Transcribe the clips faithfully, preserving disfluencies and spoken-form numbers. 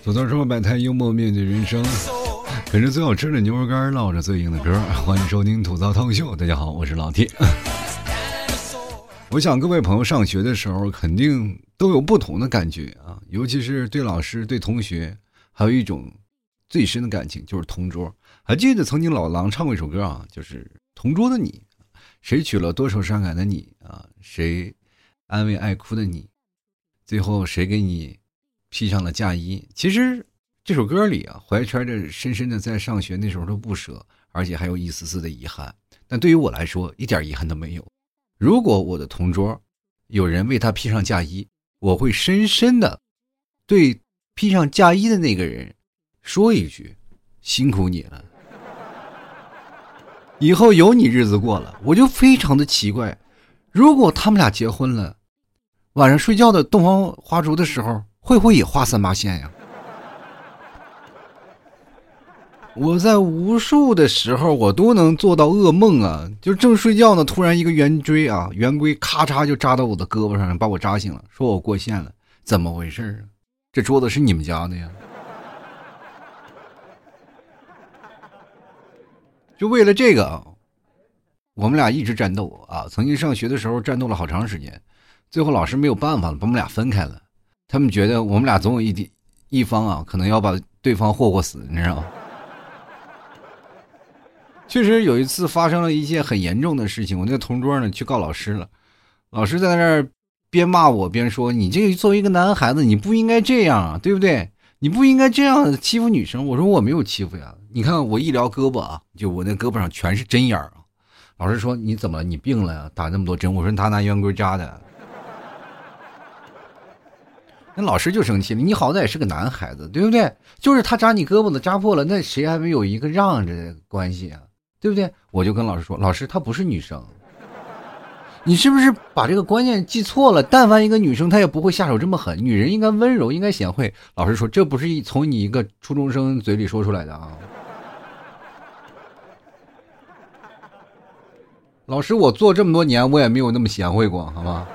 走到说百态幽默面对人生，啃着最好吃的牛肉干，唠着最硬的歌。欢迎收听吐槽汤秀，大家好，我是老 T。 我想各位朋友上学的时候肯定都有不同的感觉啊，尤其是对老师对同学还有一种最深的感情，就是同桌。还记得曾经老狼唱过一首歌啊，就是同桌的你，谁娶了多愁善感的你啊，谁安慰爱哭的你，最后谁给你披上了嫁衣。其实这首歌里啊，怀揣着深深的在上学那时候的不舍，而且还有一丝丝的遗憾。但对于我来说，一点遗憾都没有。如果我的同桌有人为他披上嫁衣，我会深深的对披上嫁衣的那个人说一句：辛苦你了，以后有你日子过了。我就非常的奇怪，如果他们俩结婚了，晚上睡觉的洞房花烛的时候，会不会也画三八线呀？我在无数的时候我都能做到噩梦啊，就正睡觉呢，突然一个圆锥啊，圆规咔嚓就扎到我的胳膊上，把我扎醒了，说我过线了。怎么回事啊？这桌子是你们家的呀？就为了这个啊，我们俩一直战斗啊，曾经上学的时候战斗了好长时间，最后老师没有办法了，把我们俩分开了。他们觉得我们俩总有一一方啊，可能要把对方霍霍死，你知道吗？确实有一次发生了一件很严重的事情，我那个同桌呢去告老师了，老师在那儿边骂我边说：你这个作为一个男孩子，你不应该这样啊，对不对？你不应该这样欺负女生。我说我没有欺负呀，你看我一撩胳膊啊，就我那胳膊上全是针眼啊。老师说你怎么了？你病了呀？打那么多针？我说他拿圆规扎的。那老师就生气了，你好歹也是个男孩子，对不对？就是他扎你胳膊子扎破了，那谁还没有一个让着的关系啊？对不对？我就跟老师说，老师她不是女生，你是不是把这个观念记错了？但凡一个女生她也不会下手这么狠，女人应该温柔，应该贤惠。老师说这不是从你一个初中生嘴里说出来的啊。老师我做这么多年我也没有那么贤惠过，好吗？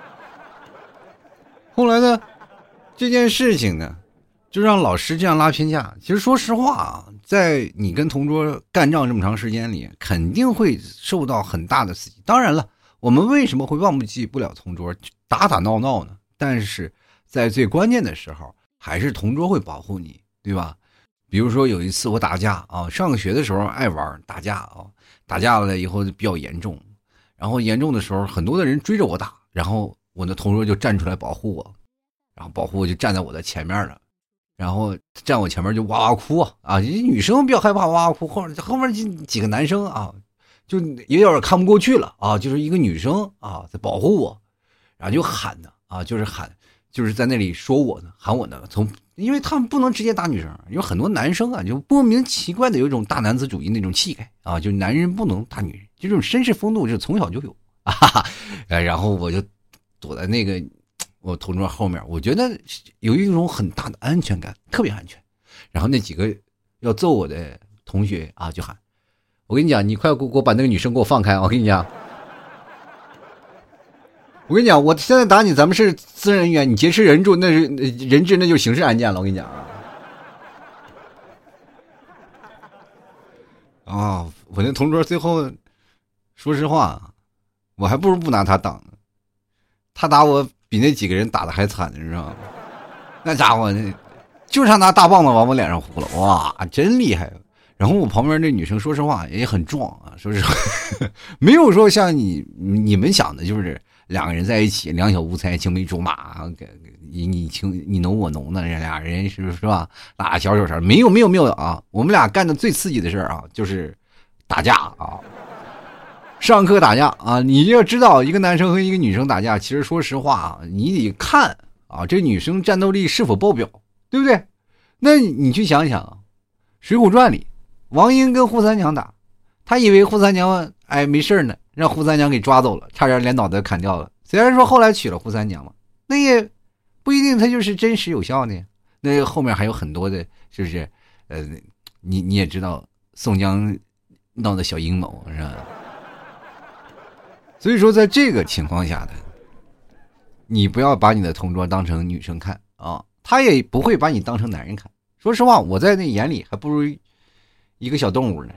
后来呢，这件事情呢就让老师这样拉偏架。其实说实话啊，在你跟同桌干仗这么长时间里，肯定会受到很大的刺激。当然了，我们为什么会忘不记不了同桌，打打闹闹呢？但是在最关键的时候，还是同桌会保护你，对吧？比如说有一次我打架啊，上学的时候爱玩打架啊，打架了以后就比较严重，然后严重的时候很多的人追着我打，然后我的同桌就站出来保护我，然后保护我就站在我的前面了。然后站我前面就哇哇哭啊！女生比较害怕哇哇哭，后面后面几个男生啊，就有点看不过去了啊，就是一个女生啊在保护我，然后就喊呢啊，就是喊，就是在那里说我呢，喊我呢。从因为他们不能直接打女生，有很多男生啊就莫名其怪的有一种大男子主义那种气概啊，就男人不能打女人，就这种绅士风度就从小就有啊哈哈。然后我就躲在那个我同桌后面，我觉得有一种很大的安全感，特别安全。然后那几个要揍我的同学啊，就喊：我跟你讲，你快给我把那个女生给我放开！我跟你讲，我跟你讲，我现在打你，咱们是私人恩怨，你劫持人质，那是人质，那就是刑事案件了。我跟你讲啊，啊，我那同桌最后，说实话，我还不如不拿他挡呢，他打我比那几个人打的还惨，你知道吗？那家伙就差拿大棒子往我脸上呼了，哇，真厉害！然后我旁边那女生说实话也很壮啊，说实话没有说像你你们想的就是两个人在一起两小无猜青梅竹马，你你情你侬我侬的，这俩人是是吧？打小手手没有没有没有啊！我们俩干的最刺激的事啊，就是打架啊。上课打架啊，你要知道一个男生和一个女生打架，其实说实话啊，你得看啊这女生战斗力是否爆表，对不对？那你去想想啊，水浒传里王英跟扈三娘打，他以为扈三娘哎没事呢，让扈三娘给抓走了，差点连脑袋砍掉了。虽然说后来娶了扈三娘嘛，那也不一定他就是真实有效的，那后面还有很多的，是不是？呃，你你也知道宋江闹的小阴谋是吧？所以说在这个情况下的，你不要把你的同桌当成女生看啊， 他也不会把你当成男人看。说实话，我在那眼里还不如一个小动物呢。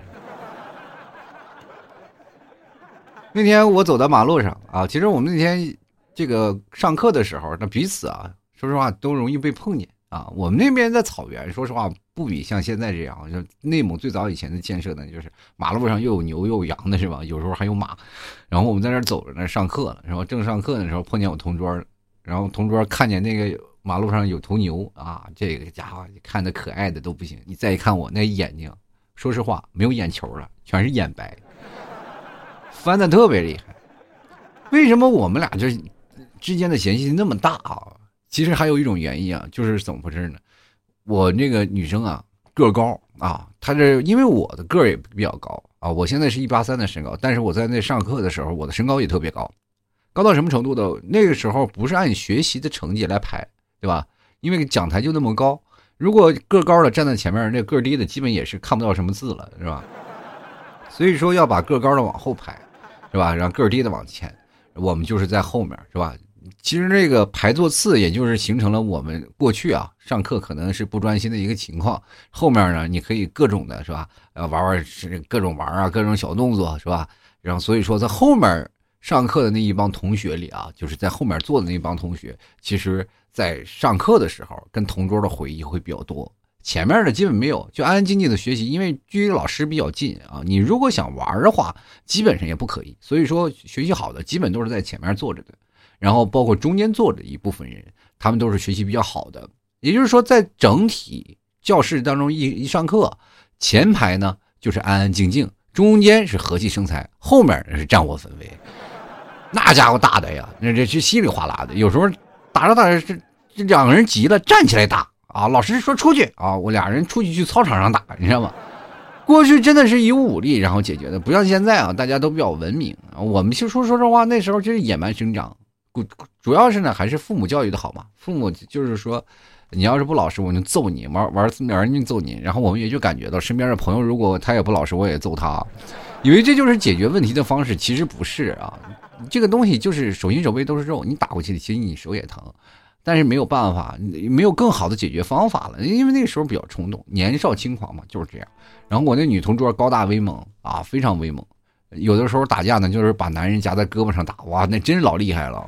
那天我走到马路上啊，其实我们那天这个上课的时候，那彼此啊，说实话都容易被碰见啊。我们那边在草原，说实话不比像现在这样，就内蒙最早以前的建设呢，就是马路上又有牛又有羊的是吧？有时候还有马。然后我们在那儿走着呢，上课了，然后正上课的时候碰见我同桌，然后同桌看见那个马路上有头牛啊，这个家伙看的可爱的都不行。你再一看我那眼睛，说实话没有眼球了，全是眼白。翻的特别厉害。为什么我们俩这之间的嫌隙那么大啊？其实还有一种原因啊，就是怎么回事呢？我那个女生啊个高啊，她这因为我的个儿也比较高啊，我现在是一八三的身高，但是我在那上课的时候我的身高也特别高。高到什么程度的？那个时候不是按学习的成绩来排，对吧？因为讲台就那么高，如果个高的站在前面，那个低的基本也是看不到什么字了，是吧？所以说要把个高的往后排，是吧？让个低的往前，我们就是在后面，是吧？其实这个排座次，也就是形成了我们过去啊上课可能是不专心的一个情况。后面呢，你可以各种的是吧？呃，玩玩是各种玩啊，各种小动作是吧？然后所以说在后面上课的那一帮同学里啊，就是在后面坐的那一帮同学，其实在上课的时候跟同桌的回忆会比较多。前面的基本没有，就安安静静的学习，因为距离老师比较近啊。你如果想玩的话，基本上也不可以。所以说，学习好的基本都是在前面坐着的，然后包括中间坐着一部分人，他们都是学习比较好的。也就是说，在整体教室当中一一上课，前排呢就是安安静静，中间是和气生财，后面是战火纷飞。那家伙打的呀，那这是稀里哗啦的，有时候打着打着，这这两个人急了，站起来打。啊，老师说出去啊，我俩人出去去操场上打，你知道吗？过去真的是以武力然后解决的，不像现在啊，大家都比较文明。我们就说说实话，那时候就是野蛮生长，主要是呢还是父母教育的好嘛。父母就是说，你要是不老实，我就揍你，玩玩玩就揍你。然后我们也就感觉到身边的朋友，如果他也不老实，我也揍他，以为这就是解决问题的方式，其实不是啊。这个东西就是手心手背都是肉，你打过去，其实你手也疼。但是没有办法，没有更好的解决方法了，因为那个时候比较冲动，年少轻狂嘛，就是这样。然后我那女同桌高大威猛啊，非常威猛，有的时候打架呢，就是把男人夹在胳膊上打，哇，那真是老厉害了。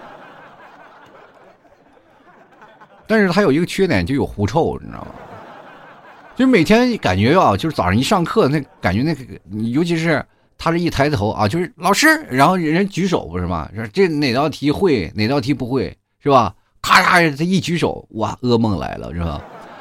但是她有一个缺点，就有狐臭，你知道吗？就每天感觉啊，就是早上一上课，那感觉那个，尤其是她这一抬头啊，就是老师，然后人举手不是吗？这哪道题会，哪道题不会，是吧？咔嚓，他一举手，哇，噩梦来了，是吧？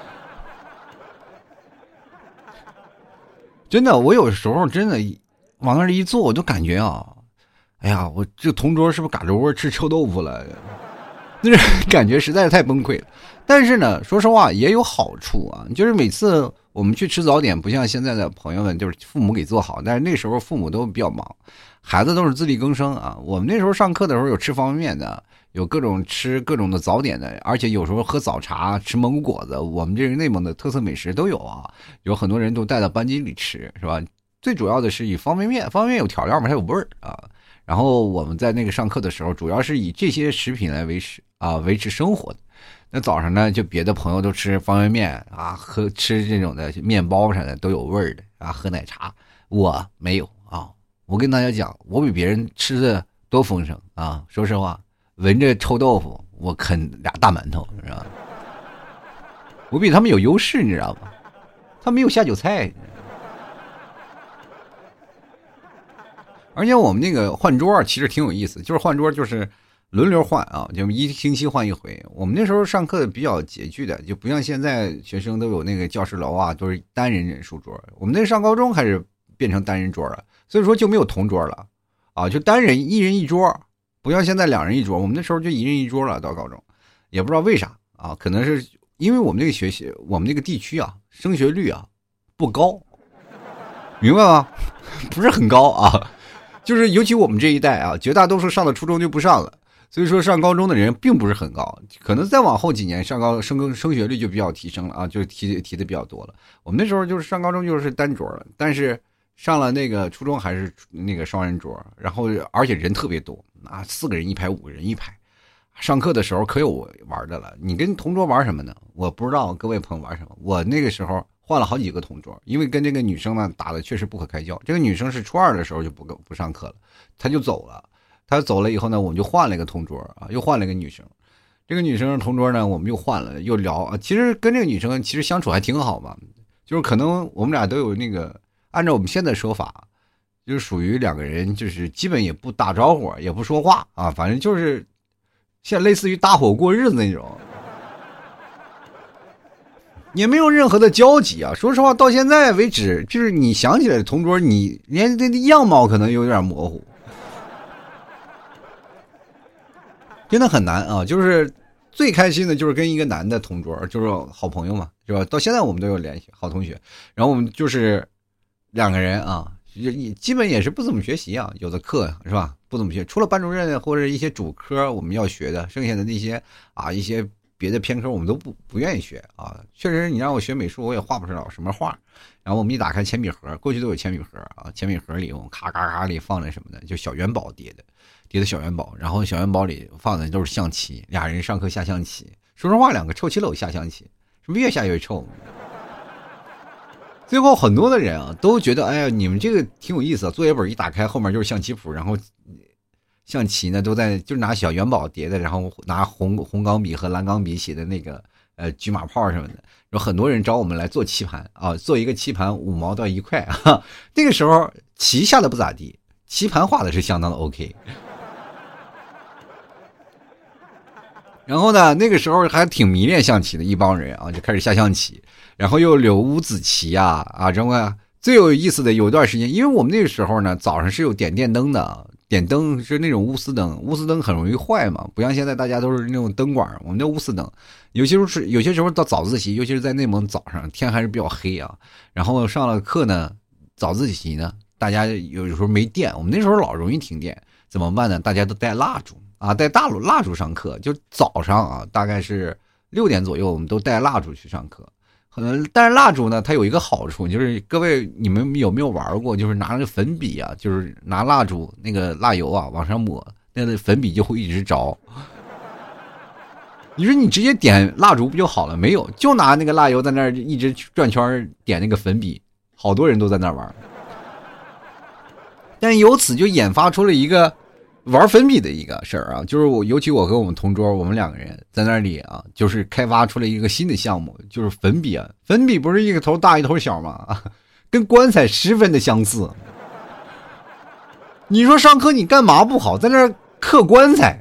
真的，我有时候真的往那儿一坐，我就感觉啊，哎呀，我这同桌是不是嘎着窝吃臭豆腐了？那感觉实在是太崩溃了。但是呢，说实话也有好处啊，就是每次我们去吃早点，不像现在的朋友们，就是父母给做好，但是那时候父母都比较忙，孩子都是自力更生啊。我们那时候上课的时候有吃方便面的。有各种吃各种的早点的，而且有时候喝早茶，吃蒙古果子，我们这个内蒙的特色美食都有啊。有很多人都带到班级里吃，是吧？最主要的是以方便面，方便面有调料嘛，它有味儿啊。然后我们在那个上课的时候，主要是以这些食品来维持啊维持生活的。那早上呢，就别的朋友都吃方便面啊，喝吃这种的面包啥的都有味儿的啊，喝奶茶，我没有啊。我跟大家讲，我比别人吃的多丰盛啊，说实话。闻着臭豆腐，我啃俩大馒头，你知道吗？我比他们有优势，你知道吗？他没有下酒菜，而且我们那个换桌其实挺有意思，就是换桌就是轮流换啊，就一星期换一回。我们那时候上课比较拮据的，就不像现在学生都有那个教室楼啊，都是单人人数桌。我们那上高中开始变成单人桌了，所以说就没有同桌了啊，就单人一人一桌。不像现在两人一桌，我们那时候就一人一桌了。到高中，也不知道为啥啊，可能是因为我们这个学习，我们那个地区啊，升学率啊不高，明白吗？不是很高啊，就是尤其我们这一代啊，绝大多数上了初中就不上了，所以说上高中的人并不是很高，可能再往后几年上高升升学率就比较提升了啊，就提提的比较多了。我们那时候就是上高中就是单桌了，但是。上了那个初中还是那个双人桌，然后而且人特别多啊，四个人一排，五个人一排， 上课的时候可有玩的了。你跟同桌玩什么呢？我不知道各位朋友玩什么。我那个时候换了好几个同桌，因为跟这个女生呢打的确实不可开交。这个女生是初二的时候就不不上课了，她就走了。她走了以后呢，我们就换了一个同桌啊，又换了一个女生。这个女生同桌呢，我们又换了，又聊啊。其实跟这个女生其实相处还挺好嘛，就是可能我们俩都有那个，按照我们现在说法，就是属于两个人，就是基本也不打招呼，也不说话啊，反正就是像类似于搭伙过日子那种，也没有任何的交集啊。说实话，到现在为止，就是你想起来的同桌，你连这样貌可能有点模糊，真的很难啊。就是最开心的就是跟一个男的同桌，就是好朋友嘛，是吧？到现在我们都有联系，好同学。然后我们就是两个人啊，基本也是不怎么学习啊，有的课是吧，不怎么学，除了班主任或者一些主科我们要学的，剩下的那些啊一些别的偏科我们都不不愿意学啊。确实，你让我学美术，我也画不出来什么画。然后我们一打开铅笔盒，过去都有铅笔盒啊，铅笔盒里我们咔咔咔里放着什么的，就小元宝叠的。叠的小元宝，然后小元宝里放的都是象棋，俩人上课下象棋。说实话，两个臭棋篓下象棋，什么越下越臭。最后很多的人啊都觉得，哎呀，你们这个挺有意思啊。作业本一打开，后面就是象棋谱，然后象棋呢都在就拿小元宝叠的，然后拿红红钢笔和蓝钢笔写的那个呃车马炮什么的。有很多人找我们来做棋盘啊，做一个棋盘五毛到一块啊。那个时候棋下的不咋地，棋盘画的是相当的 OK。然后呢，那个时候还挺迷恋象棋的一帮人啊，就开始下象棋，然后又有五子棋啊啊，然后啊最有意思的有一段时间，因为我们那个时候呢，早上是有点电灯的，点灯是那种钨丝灯，钨丝灯很容易坏嘛，不像现在大家都是那种灯管，我们叫钨丝灯。有些时候是有些时候到早自习，尤其是在内蒙早上天还是比较黑啊，然后上了课呢，早自习呢，大家有时候没电，我们那时候老容易停电，怎么办呢？大家都带蜡烛。啊，带大烛蜡烛上课，就早上啊，大概是六点左右，我们都带蜡烛去上课。可能，但是蜡烛呢，它有一个好处，就是各位你们有没有玩过？就是拿那个粉笔啊，就是拿蜡烛那个蜡油啊往上抹，那个粉笔就会一直着。你说你直接点蜡烛不就好了？没有，就拿那个蜡油在那儿一直转圈点那个粉笔，好多人都在那儿玩。但由此就引发出了一个。玩粉笔的一个事儿啊，就是我，尤其我跟我们同桌，我们两个人在那里啊，就是开发出了一个新的项目，就是粉笔啊。粉笔不是一个头大一头小吗？跟棺材十分的相似。你说上课你干嘛不好，在那儿刻棺材？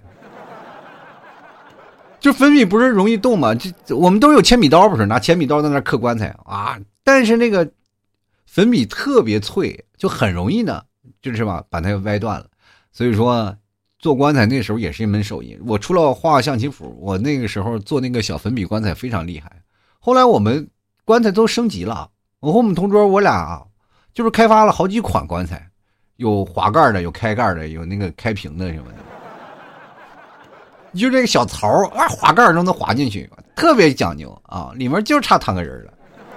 就粉笔不是容易动吗？就我们都有铅笔刀，不是拿铅笔刀在那儿刻棺材啊？但是那个粉笔特别脆，就很容易呢，就是吧，把它歪断了。所以说做棺材那时候也是一门手艺，我除了画象棋谱，我那个时候做那个小粉笔棺材非常厉害。后来我们棺材都升级了，我和我们同桌我俩就是开发了好几款棺材，有滑盖的，有开盖的，有那个开屏的什么的。就这个小槽啊，滑盖都能滑进去，特别讲究啊，里面就差躺个人了。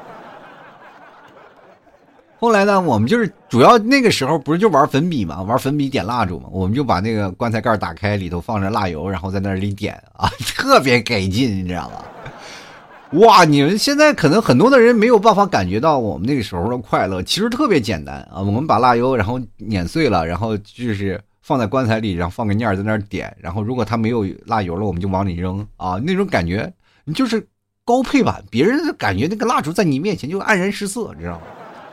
后来呢，我们就是主要那个时候不是就玩粉笔嘛，玩粉笔点蜡烛嘛，我们就把那个棺材盖打开，里头放着蜡油，然后在那里点啊，特别给劲，你知道吗？哇，你们现在可能很多的人没有办法感觉到我们那个时候的快乐，其实特别简单啊，我们把蜡油然后碾碎了，然后就是放在棺材里，然后放个念在那儿点，然后如果它没有蜡油了，我们就往里扔啊，那种感觉你就是高配版，别人就感觉那个蜡烛在你面前就黯然失色，你知道吗？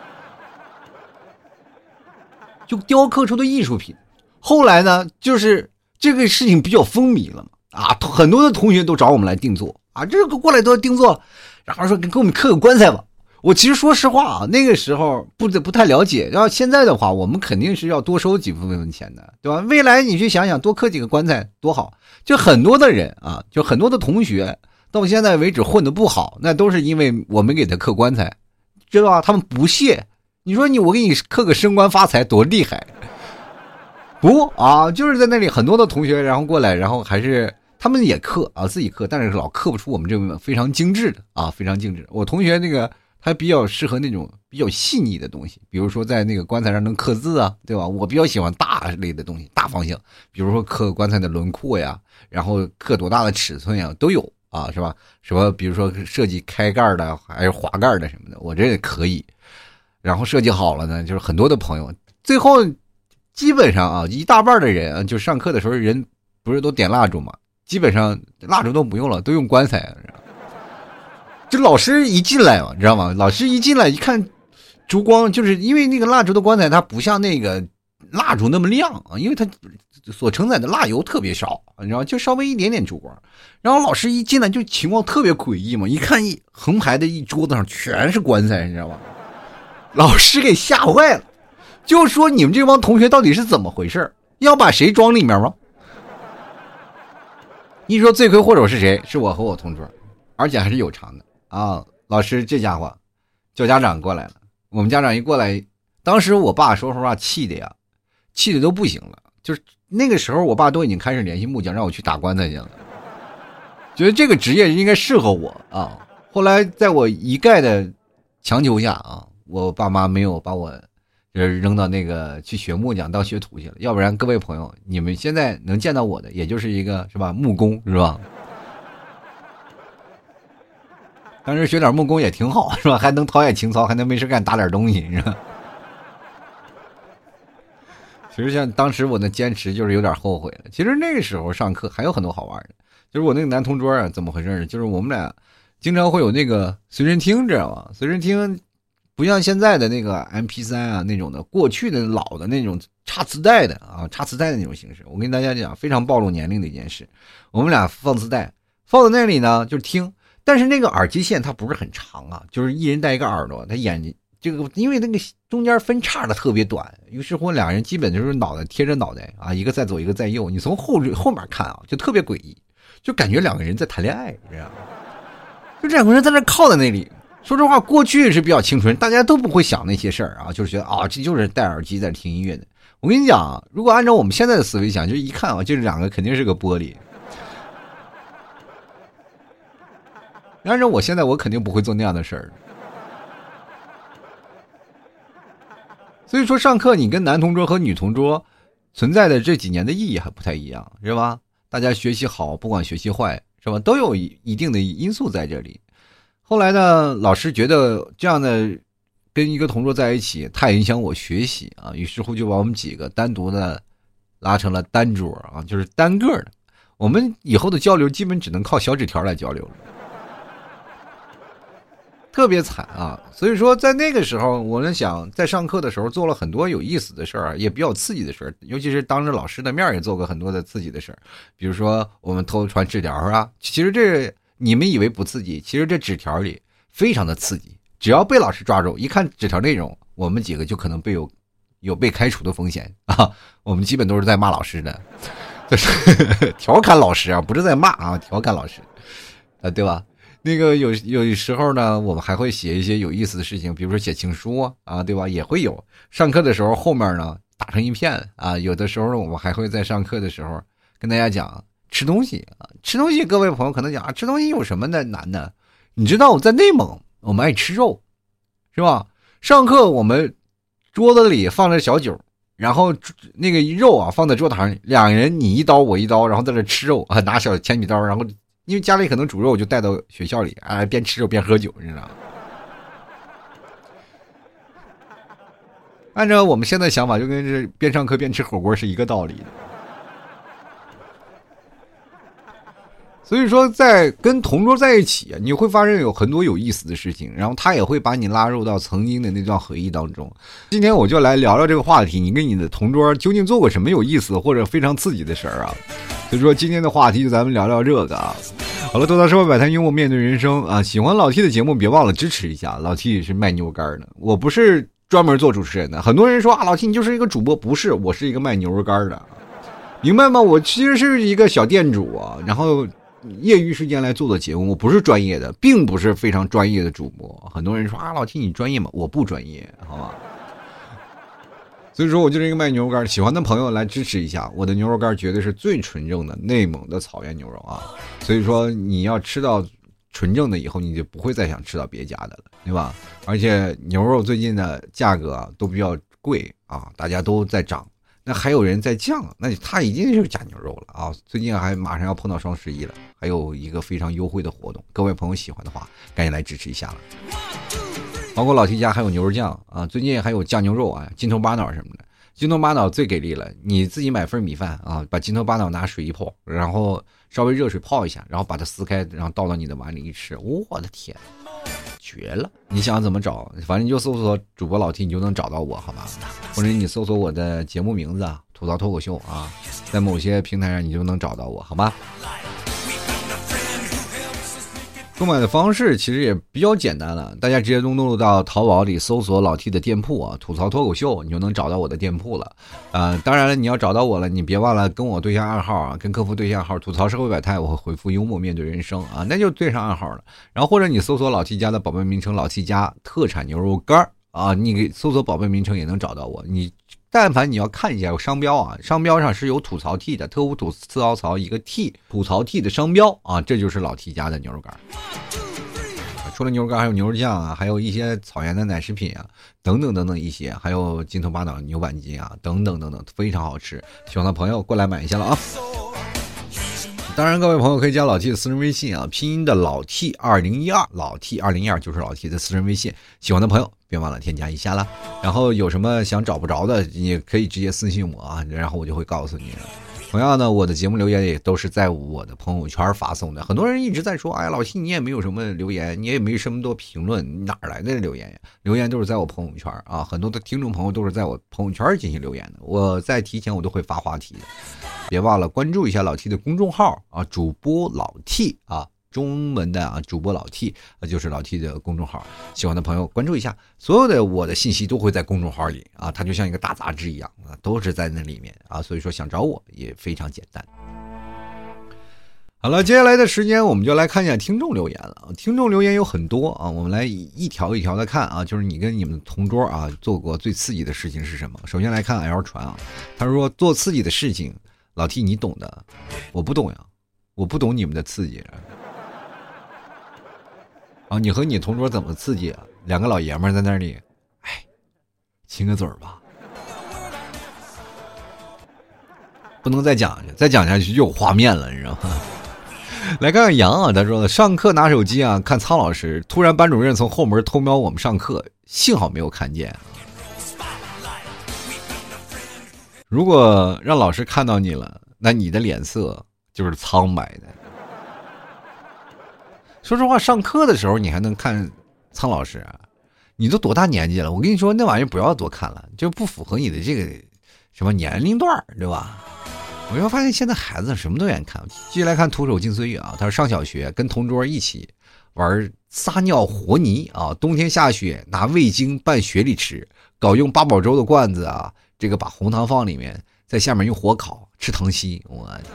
就雕刻出的艺术品。后来呢，就是这个事情比较风靡了嘛，啊，很多的同学都找我们来定做啊，这个过来都要定做，然后说给我们刻个棺材吧。我其实说实话啊，那个时候不不太了解，然后现在的话，我们肯定是要多收几部分钱的，对吧？未来你去想想，多刻几个棺材多好。就很多的人啊，就很多的同学到现在为止混得不好，那都是因为我们给他刻棺材，知道吧？他们不屑。你说你我给你刻个升官发财多厉害，不啊，就是在那里很多的同学然后过来，然后还是他们也刻啊，自己刻，但是老刻不出我们这种非常精致的啊，非常精致。我同学那个它比较适合那种比较细腻的东西，比如说在那个棺材上能刻字啊，对吧？我比较喜欢大类的东西，大方向，比如说刻棺材的轮廓呀，然后刻多大的尺寸呀，都有啊，是吧？什么比如说设计开盖的还是滑盖的什么的，我这也可以。然后设计好了呢，就是很多的朋友，最后基本上啊，一大半的人就上课的时候人不是都点蜡烛嘛，基本上蜡烛都不用了，都用棺材。这老师一进来嘛，你知道吗？老师一进来一看烛光，就是因为那个蜡烛的棺材它不像那个蜡烛那么亮啊，因为它所承载的蜡油特别少，你知道，就稍微一点点烛光。然后老师一进来就情况特别诡异嘛，一看一横排的一桌子上全是棺材，你知道吗？老师给吓坏了，就说你们这帮同学到底是怎么回事？要把谁装里面吗？一说罪魁祸首是谁？是我和我同桌，而且还是有偿的啊！老师这家伙叫家长过来了，我们家长一过来，当时我爸说实话气的呀，气的都不行了。就是那个时候，我爸都已经开始联系木匠，让我去打棺材去了，觉得这个职业应该适合我啊。后来在我一概的强求下啊，我爸妈没有把我就是扔到那个去学木匠当学徒去了，要不然各位朋友，你们现在能见到我的，也就是一个是吧木工是吧？当时学点木工也挺好是吧？还能陶冶情操，还能没事干打点东西是吧？其实像当时我的坚持就是有点后悔了。其实那个时候上课还有很多好玩的，就是我那个男同桌啊，怎么回事呢？就是我们俩经常会有那个随身听，知道吗？随身听不像现在的那个 M P 三 啊那种的，过去的老的那种插磁带的啊，插磁带的那种形式。我跟大家讲，非常暴露年龄的一件事。我们俩放磁带，放在那里呢就是听，但是那个耳机线它不是很长啊，就是一人戴一个耳朵，他眼睛这个因为那个中间分叉的特别短，于是乎两人基本就是脑袋贴着脑袋啊，一个在左一个在右，你从后后面看啊就特别诡异，就感觉两个人在谈恋爱这样，就两个人在那靠在那里。说实话，过去是比较清纯，大家都不会想那些事儿啊，就是觉得啊，这就是戴耳机在听音乐的。我跟你讲，如果按照我们现在的思维想，就一看啊，这两个肯定是个玻璃。按照我现在，我肯定不会做那样的事儿。所以说，上课你跟男同桌和女同桌存在的这几年的意义还不太一样，是吧？大家学习好，不管学习坏，是吧？都有一定的因素在这里。后来呢，老师觉得这样的跟一个同桌在一起太影响我学习啊，于是乎就把我们几个单独的拉成了单桌啊，就是单个的。我们以后的交流基本只能靠小纸条来交流了，特别惨啊！所以说，在那个时候，我们想在上课的时候做了很多有意思的事儿，也比较刺激的事儿，尤其是当着老师的面也做过很多的刺激的事儿，比如说我们偷传纸条啊，其实这。你们以为不刺激，其实这纸条里非常的刺激。只要被老师抓住，一看纸条内容，我们几个就可能被有有被开除的风险啊！我们基本都是在骂老师的，就是调侃老师啊，不是在骂啊，调侃老师啊，对吧？那个有有时候呢，我们还会写一些有意思的事情，比如说写情书啊，对吧？也会有。上课的时候后面呢打成一片啊，有的时候呢，我们还会在上课的时候跟大家讲。吃东西啊，吃东西，各位朋友可能讲啊，吃东西有什么的难的？你知道我在内蒙，我们爱吃肉，是吧？上课我们桌子里放着小酒，然后那个肉啊放在桌堂，两人你一刀我一刀，然后在这吃肉啊，拿小铅笔刀，然后因为家里可能煮肉，就带到学校里啊，边吃肉边喝酒，你知道吗？按照我们现在想法，就跟这边上课边吃火锅是一个道理的。所以说在跟同桌在一起你会发现有很多有意思的事情，然后他也会把你拉入到曾经的那段回忆当中。今天我就来聊聊这个话题，你跟你的同桌究竟做过什么有意思或者非常刺激的事儿啊？所以说今天的话题就咱们聊聊这个啊。好了，多大社会百态幽默面对人生啊！喜欢老 T 的节目别忘了支持一下，老 T 是卖牛肉干的，我不是专门做主持人的。很多人说啊，老 T 你就是一个主播，不是，我是一个卖牛肉干的，明白吗？我其实是一个小店主啊，然后业余时间来做的节目，我不是专业的，并不是非常专业的主播。很多人说啊，老 T 你专业吗？我不专业，好吧。所以说我就是一个卖牛肉干，喜欢的朋友来支持一下，我的牛肉干绝对是最纯正的内蒙的草原牛肉啊。所以说你要吃到纯正的以后，你就不会再想吃到别家的了，对吧？而且牛肉最近的价格都比较贵啊，大家都在涨，那还有人在降，那它一定是假牛肉了啊！最近还马上要碰到双十一了，还有一个非常优惠的活动，各位朋友喜欢的话，赶紧来支持一下了。包括老 T 家还有牛肉酱啊，最近还有酱牛肉啊、金头巴脑什么的。金头巴脑最给力了，你自己买份米饭啊，把金头巴脑拿水一泡，然后稍微热水泡一下，然后把它撕开，然后倒到你的碗里一吃，我的天，绝了！你想怎么找，反正你就搜索主播老 T 你就能找到我，好吧？或者你搜索我的节目名字啊，吐槽脱口秀啊，在某些平台上你就能找到我，好吧？购买的方式其实也比较简单了，大家直接登录到淘宝里搜索老 T 的店铺啊，吐槽脱口秀，你就能找到我的店铺了。呃，当然了，你要找到我了，你别忘了跟我对下暗号啊，跟客服对下号，吐槽社会百态，我会回复幽默面对人生啊，那就对上暗号了。然后或者你搜索老 T 家的宝贝名称老 T 家特产牛肉干啊，你给搜索宝贝名称也能找到我。你但凡你要看一下有商标啊，商标上是有吐槽 T 的，特务吐刺凹槽一个 T， 吐槽 T 的商标啊，这就是老 T 家的牛肉干。除了牛肉干还有牛肉酱啊，还有一些草原的奶食品啊，等等等等一些，还有金头巴脑牛板筋啊，等等等等，非常好吃，喜欢的朋友过来买一下了啊。当然各位朋友可以加老 T 的私人微信啊，拼音的老 T 二零一二，老 T 二零一二就是老 T 的私人微信，喜欢的朋友别忘了添加一下啦。然后有什么想找不着的，你可以直接私信我啊，然后我就会告诉你了。同样呢，我的节目留言也都是在我的朋友圈发送的。很多人一直在说，哎，老 T 你也没有什么留言，你也没什么多评论，哪来的留言呀？留言都是在我朋友圈啊，很多的听众朋友都是在我朋友圈进行留言的。我在提前我都会发话题的，别忘了关注一下老 T 的公众号啊，主播老 T 啊。中文的啊，主播老 T 啊，就是老 T 的公众号，喜欢的朋友关注一下，所有的我的信息都会在公众号里啊，它就像一个大杂志一样啊，都是在那里面啊，所以说想找我也非常简单。好了，接下来的时间我们就来看一下听众留言了。听众留言有很多啊，我们来一条一条的看啊，就是你跟你们同桌啊做过最刺激的事情是什么？首先来看 L 传啊，他说做刺激的事情，老 T 你懂的，我不懂呀，我不懂你们的刺激。啊，你和你同桌怎么刺激啊？两个老爷们在那里，哎，亲个嘴儿吧，不能再讲下去，再讲下去就有画面了，你知道吗？来看看杨啊，他说上课拿手机啊看苍老师，突然班主任从后门偷瞄我们上课，幸好没有看见。如果让老师看到你了，那你的脸色就是苍白的。说实话，上课的时候你还能看苍老师啊？你都多大年纪了？我跟你说，那玩意儿不要多看了，就不符合你的这个什么年龄段，对吧？我就发现现在孩子什么都愿意看。继续来看徒手进岁月啊，他说上小学跟同桌一起玩撒尿和泥啊，冬天下雪拿味精拌雪里吃，搞用八宝粥的罐子啊，这个把红糖放里面，在下面用火烤吃糖稀，我的天。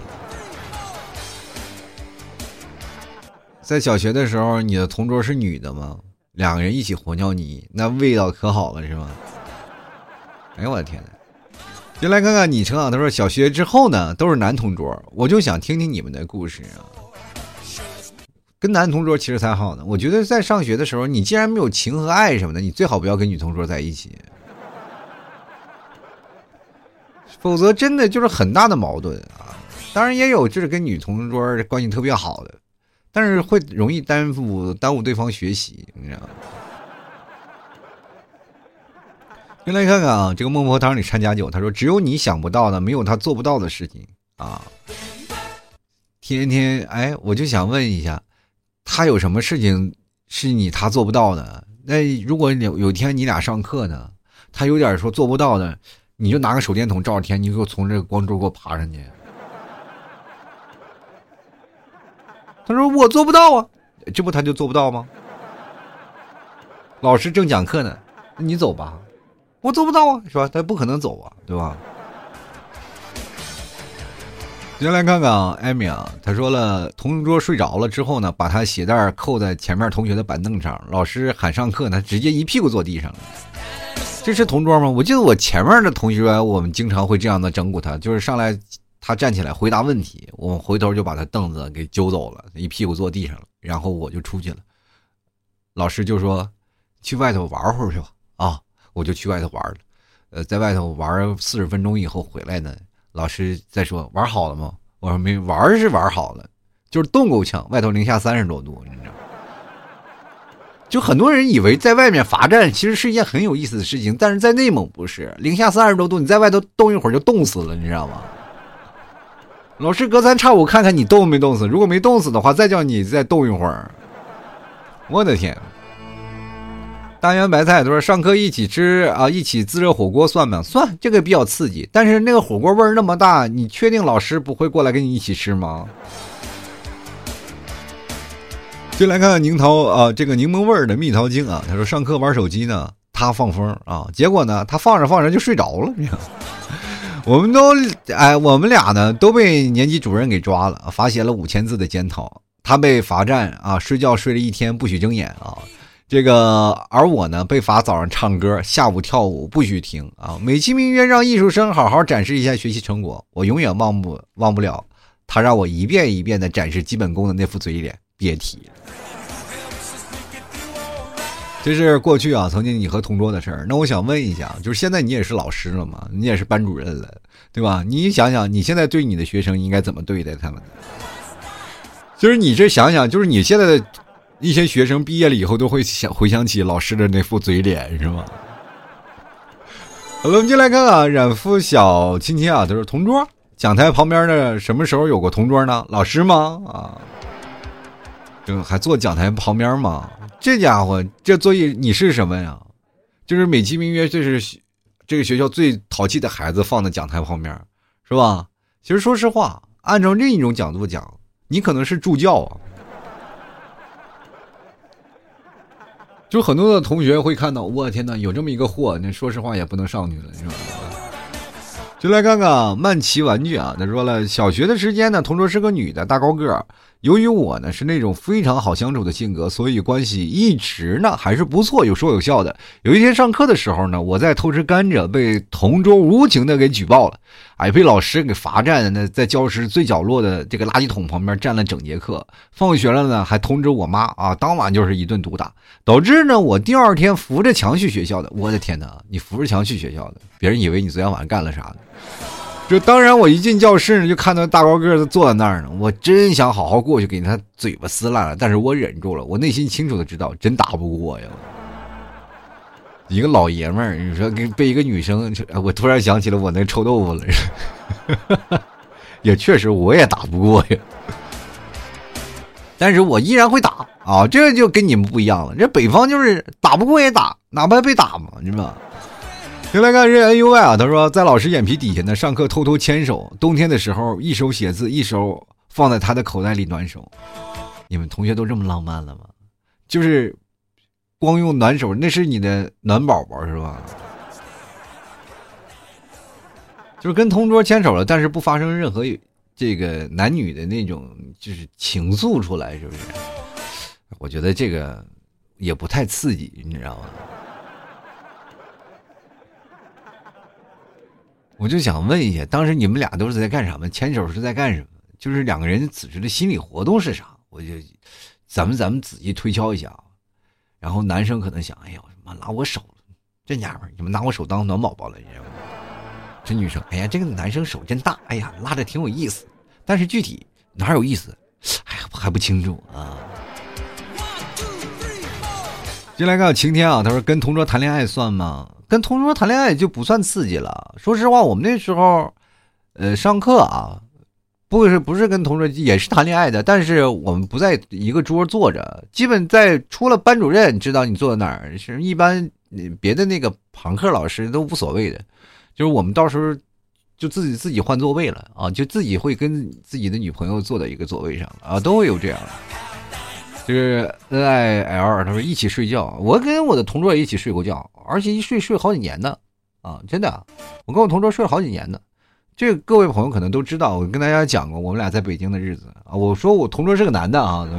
在小学的时候，你的同桌是女的吗？两个人一起和尿泥，那味道可好了是吗？哎呦我的天哪！就来看看昵称啊，他说小学之后呢都是男同桌，我就想听听你们的故事啊。跟男同桌其实才好呢，我觉得在上学的时候，你既然没有情和爱什么的，你最好不要跟女同桌在一起，否则真的就是很大的矛盾啊。当然也有就是跟女同桌关系特别好的。但是会容易耽误耽误对方学习，你知道吗？先来看看啊，这个孟婆汤里掺假酒，他说只有你想不到的，没有他做不到的事情啊。天天哎，我就想问一下，他有什么事情是你他做不到的？那如果有有一天你俩上课呢，他有点说做不到的，你就拿个手电筒照着天，你给我从这个光柱给我爬上去。他说我做不到啊，这不他就做不到吗？老师正讲课呢，你走吧，我做不到啊，是吧？他不可能走啊，对吧？先来看看啊，艾米啊，他说了，同桌睡着了之后呢，把他鞋带扣在前面同学的板凳上，老师喊上课呢，直接一屁股坐地上了。这是同桌吗？我记得我前面的同学，我们经常会这样的整蛊他，就是上来他站起来回答问题，我回头就把他凳子给揪走了，一屁股坐地上了，然后我就出去了。老师就说去外头玩会儿去吧，啊，我就去外头玩了。呃，在外头玩四十分钟以后回来呢，老师再说玩好了吗？我说没玩是玩好了，就是冻够呛，外头零下三十多度，你知道。就很多人以为在外面罚站其实是一件很有意思的事情，但是在内蒙不是，零下三十多度，你在外头冻一会儿就冻死了，你知道吗？老师隔三差五看看你冻没冻死，如果没冻死的话，再叫你再冻一会儿。我的天！大圆白菜都说上课一起吃啊，一起自热火锅算吗？算，这个比较刺激。但是那个火锅味儿那么大，你确定老师不会过来跟你一起吃吗？就来看看柠桃啊，这个柠檬味儿的蜜桃精啊，他说上课玩手机呢，他放风啊，结果呢，他放着放着就睡着了。我们都哎，我们俩呢都被年级主任给抓了，罚写了五千字的检讨。他被罚站啊，睡觉睡了一天，不许睁眼啊。这个而我呢，被罚早上唱歌，下午跳舞，不许停啊。美其名曰让艺术生好好展示一下学习成果，我永远忘不忘不了他让我一遍一遍的展示基本功的那副嘴脸，别提了。这是过去啊，曾经你和同桌的事儿。那我想问一下，就是现在你也是老师了嘛，你也是班主任了，对吧？你想想，你现在对你的学生应该怎么对待他们？就是你这想想，就是你现在的一些学生毕业了以后，都会想回想起老师的那副嘴脸，是吗？好了，我们就来看看染肤小亲亲啊，他说同桌讲台旁边的什么时候有过同桌呢？老师吗？啊，就还坐讲台旁边吗？这家伙这作业你是什么呀？就是美其名曰这是这个学校最淘气的孩子放在讲台旁边，是吧？其实说实话，按照另一种角度讲，你可能是助教啊。就很多的同学会看到，我天哪，有这么一个货，那说实话也不能上去了，是吧？就来看看曼奇玩具啊，他说了，小学的时间呢，同桌是个女的，大高个。由于我呢是那种非常好相处的性格，所以关系一直呢还是不错，有说有笑的。有一天上课的时候呢，我在偷吃甘蔗，被同桌无情的给举报了，哎，被老师给罚站呢，在教室最角落的这个垃圾桶旁边站了整节课。放学了呢，还通知我妈啊，当晚就是一顿毒打，导致呢我第二天扶着墙去学校的。我的天哪，你扶着墙去学校的，别人以为你昨天晚上干了啥的。就当然我一进教室呢，就看到大高个子坐在那儿呢，我真想好好过去给他嘴巴撕烂了，但是我忍住了，我内心清楚的知道真打不过呀。一个老爷们儿，你说被一个女生，我突然想起了我那臭豆腐了。也确实我也打不过呀，但是我依然会打啊，这就跟你们不一样了，这北方就是打不过也打，哪怕被打嘛，你知道吗？就来看这 N U Y 啊，他说在老师眼皮底下呢，上课偷偷牵手，冬天的时候一手写字，一手放在他的口袋里暖手。你们同学都这么浪漫了吗？就是光用暖手，那是你的暖宝宝是吧？就是跟同桌牵手了，但是不发生任何这个男女的那种就是情愫出来，是不是？我觉得这个也不太刺激，你知道吗？我就想问一下，当时你们俩都是在干什么？牵手是在干什么？就是两个人此时的心理活动是啥？我就咱们咱们仔细推敲一下啊。然后男生可能想，哎呀，妈拉我手，这娘们儿，你们拿我手当暖宝宝了，你知道吗？这女生，哎呀，这个男生手真大，哎呀，拉着挺有意思，但是具体哪有意思，哎呀，还不清楚啊。进来看晴天啊，他说跟同桌谈恋爱算吗？跟同桌谈恋爱就不算刺激了。说实话，我们那时候，呃，上课啊，不是不是跟同桌也是谈恋爱的，但是我们不在一个桌坐着，基本在除了班主任知道你坐在哪儿，是一般别的那个旁课老师都无所谓的，就是我们到时候就自己自己换座位了啊，就自己会跟自己的女朋友坐在一个座位上啊，都会有这样。就是 N I L 他说一起睡觉，我跟我的同桌也一起睡过觉，而且一睡睡好几年的啊，真的，我跟我同桌睡了好几年的。这个各位朋友可能都知道，我跟大家讲过我们俩在北京的日子啊。我说我同桌是个男的啊。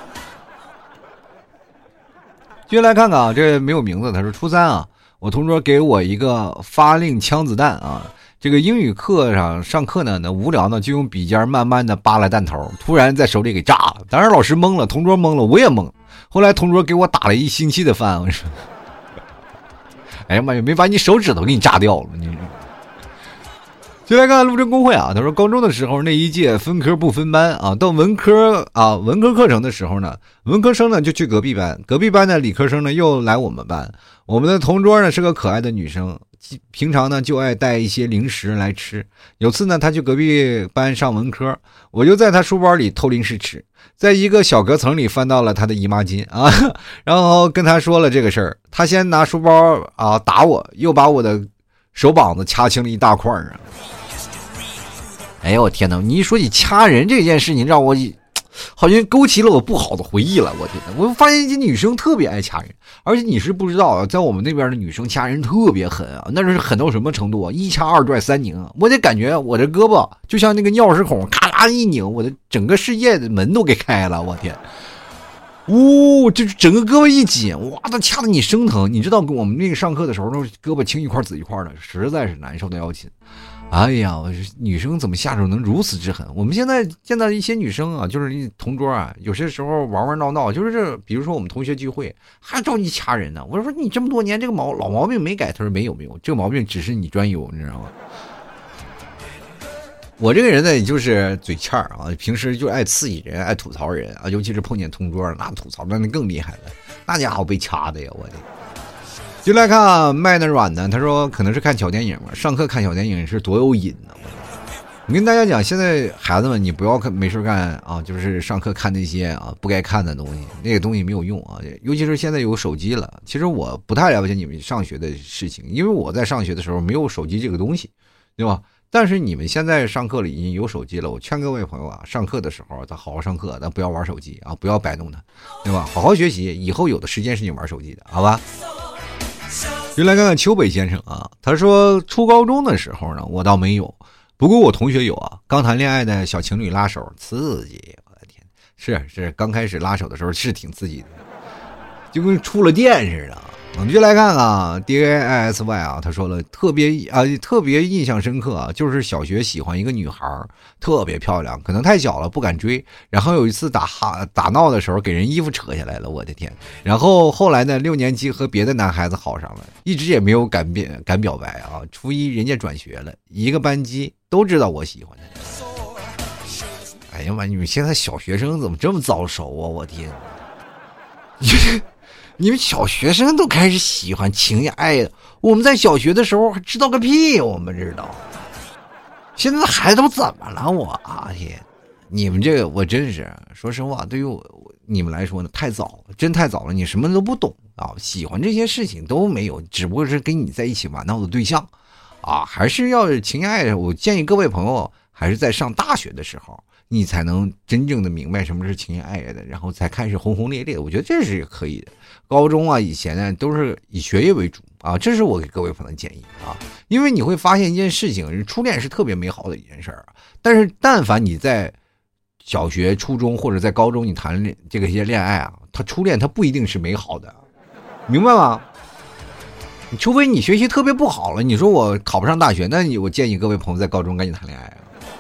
接下来看看啊，这没有名字，他说初三啊，我同桌给我一个发令枪子弹啊， 这个英语课上上课呢，那无聊呢，就用笔尖慢慢的扒拉弹头，突然在手里给炸了。当时老师懵了，同桌懵了，我也懵。后来同桌给我打了一星期的饭，我说，哎呀妈呀，没把你手指头给你炸掉了，你。就来看看陆政工会啊，他说高中的时候那一届分科不分班啊，到文科啊文科课程的时候呢，文科生呢就去隔壁班，隔壁班的理科生呢又来我们班。我们的同桌呢是个可爱的女生，平常呢就爱带一些零食来吃。有次呢她去隔壁班上文科，我就在她书包里偷零食吃，在一个小隔层里翻到了她的姨妈巾啊，然后跟她说了这个事儿。她先拿书包啊打我，又把我的手膀子掐青了一大块啊。哎呦我天哪！你一说起掐人这件事情，让我好像勾起了我不好的回忆了。我天哪！我发现一些女生特别爱掐人，而且你是不知道啊，在我们那边的女生掐人特别狠啊，那是狠到什么程度啊？一掐二拽三拧啊！我得感觉我的胳膊就像那个钥匙孔，咔啦一拧，我的整个世界的门都给开了。我天！呜、哦，这整个胳膊一紧，哇，它掐得你生疼。你知道我们那个上课的时候，都胳膊青一块紫一块的，实在是难受的要紧。哎呀，女生怎么下手能如此之狠？我们现在见到一些女生啊，就是同桌啊，有些时候玩玩闹闹，就是这，比如说我们同学聚会，还着急掐人呢。我说你这么多年这个毛老毛病没改，他说没有没有，这个毛病只是你专有，你知道吗？我这个人呢，就是嘴欠儿啊，平时就爱刺激人，爱吐槽人啊，尤其是碰见同桌，那吐槽那更厉害了，那家伙被掐的呀，我的。就来看卖的软的，他说可能是看小电影嘛，上课看小电影是多有瘾呢。我跟大家讲，现在孩子们你不要看没事干啊，就是上课看那些啊不该看的东西，那个东西没有用啊。尤其是现在有手机了，其实我不太了解你们上学的事情，因为我在上学的时候没有手机这个东西，对吧？但是你们现在上课里已经有手机了，我劝各位朋友啊，上课的时候咱好好上课，咱不要玩手机啊，不要摆弄它，对吧？好好学习，以后有的时间是你玩手机的，好吧？就来看看丘北先生啊，他说初高中的时候呢，我倒没有，不过我同学有啊，刚谈恋爱的小情侣拉手，刺激，我的天，是是，刚开始拉手的时候是挺刺激的，就跟触了电似的。我们就来看啊 D A I S Y 啊，他说了特别啊特别印象深刻啊，就是小学喜欢一个女孩，特别漂亮，可能太小了不敢追，然后有一次打哈打闹的时候给人衣服扯下来了，我的天！然后后来呢，六年级和别的男孩子好上了，一直也没有敢表敢表白啊。初一人家转学了，一个班级都知道我喜欢他。哎呀妈，你们现在小学生怎么这么早熟啊？我天！你们小学生都开始喜欢情爱的，我们在小学的时候还知道个屁，我们知道。现在的孩子都怎么了？我啊天，你们这个我真是说实话，对于我你们来说呢，太早了，真太早了，你什么都不懂啊，喜欢这些事情都没有，只不过是跟你在一起玩闹的对象啊，还是要情爱。我建议各位朋友还是在上大学的时候，你才能真正的明白什么是情爱的，然后才开始轰轰烈烈，我觉得这是可以的。高中啊，以前呢都是以学业为主啊，这是我给各位朋友的建议啊。因为你会发现一件事情，初恋是特别美好的一件事儿，但是但凡你在小学、初中或者在高中你谈这个些恋爱啊，他初恋他不一定是美好的，明白吗？除非你学习特别不好了，你说我考不上大学，那你我建议各位朋友在高中赶紧谈恋爱啊。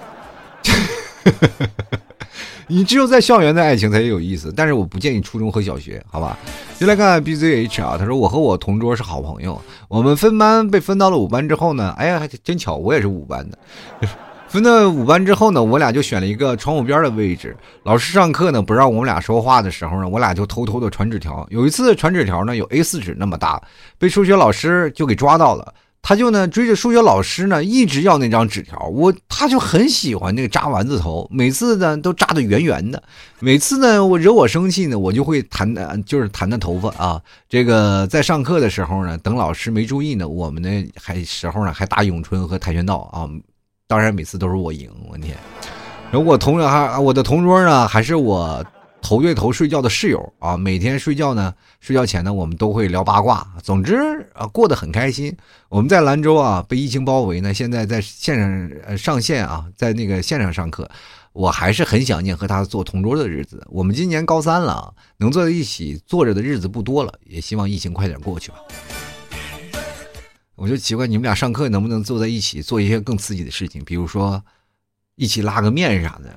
你只有在校园的爱情才有意思，但是我不建议初中和小学，好吧？就来看 B Z H 啊，他说我和我同桌是好朋友，我们分班被分到了五班之后呢，哎呀，真巧，我也是五班的。分到五班之后呢，我俩就选了一个窗户边的位置。老师上课呢不让我们俩说话的时候呢，我俩就偷偷的传纸条。有一次传纸条呢有 A 四 纸那么大，被数学老师就给抓到了。他就呢追着数学老师呢一直要那张纸条，我他就很喜欢那个扎丸子头，每次呢都扎得圆圆的，每次呢我惹我生气呢，我就会弹就是弹他头发啊。这个在上课的时候呢，等老师没注意呢，我们呢还时候呢还打咏春和跆拳道啊，当然每次都是我赢，我天。然后我同还我的同桌呢还是我头对头睡觉的室友啊，每天睡觉呢，睡觉前呢，我们都会聊八卦。总之啊，过得很开心。我们在兰州啊，被疫情包围呢，现在在线上、呃、上线啊，在那个线上上课，我还是很想念和他做同桌的日子。我们今年高三了，能坐在一起坐着的日子不多了，也希望疫情快点过去吧。 我就奇怪你们俩上课能不能坐在一起做一些更刺激的事情，比如说一起拉个面啥的。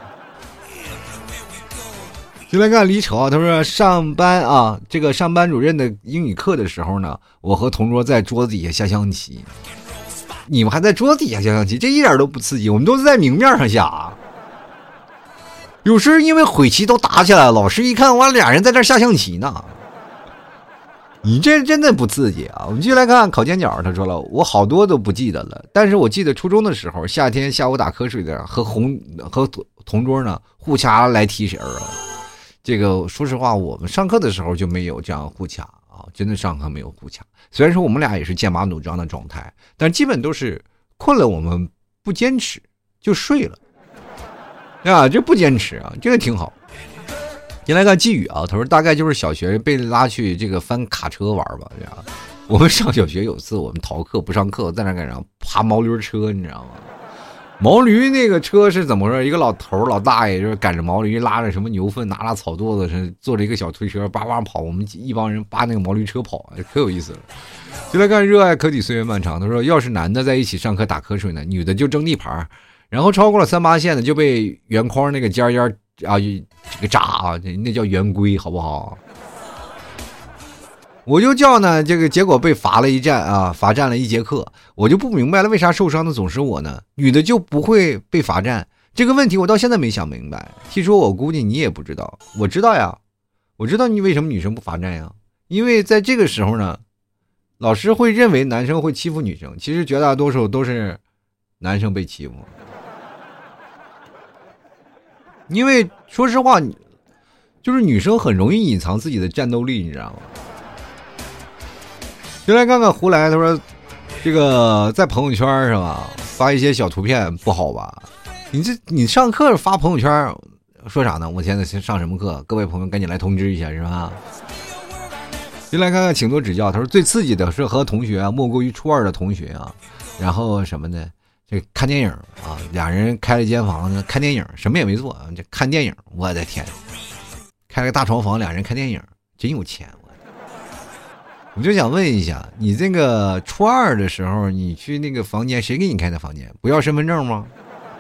就来看李丑啊，他说上班啊，这个上班主任的英语课的时候呢，我和同桌在桌子底下下象棋。你们还在桌子底下下象棋，这一点都不刺激，我们都是在明面上下啊。有时因为悔棋都打起来了，老师一看哇，俩人在这下象棋呢。你这真的不刺激啊！我们继续来看考尖角，他说了，我好多都不记得了，但是我记得初中的时候，夏天下午打瞌睡的，和红和同桌呢互掐来提神啊。这个说实话，我们上课的时候就没有这样互掐啊，真的上课没有互掐。虽然说我们俩也是剑拔弩张的状态，但基本都是困了我们不坚持就睡了啊，这不坚持啊，这个挺好。先来看寄语啊，他说大概就是小学被拉去这个翻卡车玩吧。我们上小学有次我们逃课不上课，在那干啥爬毛驴车，你知道吗？毛驴那个车是怎么说？一个老头老大爷就是赶着毛驴，拉着什么牛粪，拿着草垛子，是坐着一个小推车，叭叭跑。我们一帮人扒那个毛驴车跑，可有意思了。就来看热爱可抵岁月漫长。他说，要是男的在一起上课打瞌睡呢，女的就争地盘，然后超过了三八线的就被圆框那个尖尖啊，这个扎啊，那叫圆规，好不好？我就叫呢，这个结果被罚了一站啊，罚站了一节课。我就不明白了，为啥受伤的总是我呢？女的就不会被罚站？这个问题我到现在没想明白。听说我估计你也不知道，我知道呀，我知道你为什么女生不罚站呀？因为在这个时候呢，老师会认为男生会欺负女生，其实绝大多数都是男生被欺负。因为说实话，就是女生很容易隐藏自己的战斗力，你知道吗？就来看看胡来，他说这个在朋友圈是吧，发一些小图片不好吧？你这你上课发朋友圈说啥呢？我现在上什么课？各位朋友赶紧来通知一下是吧？就来看看，请多指教。他说最刺激的是和同学啊，莫过于初二的同学啊，然后什么呢？这看电影啊，俩人开了一间房子看电影，什么也没做，这看电影。我的天，开了个大床房，俩人看电影，真有钱。我就想问一下，你这个初二的时候，你去那个房间，谁给你开的房间？不要身份证吗？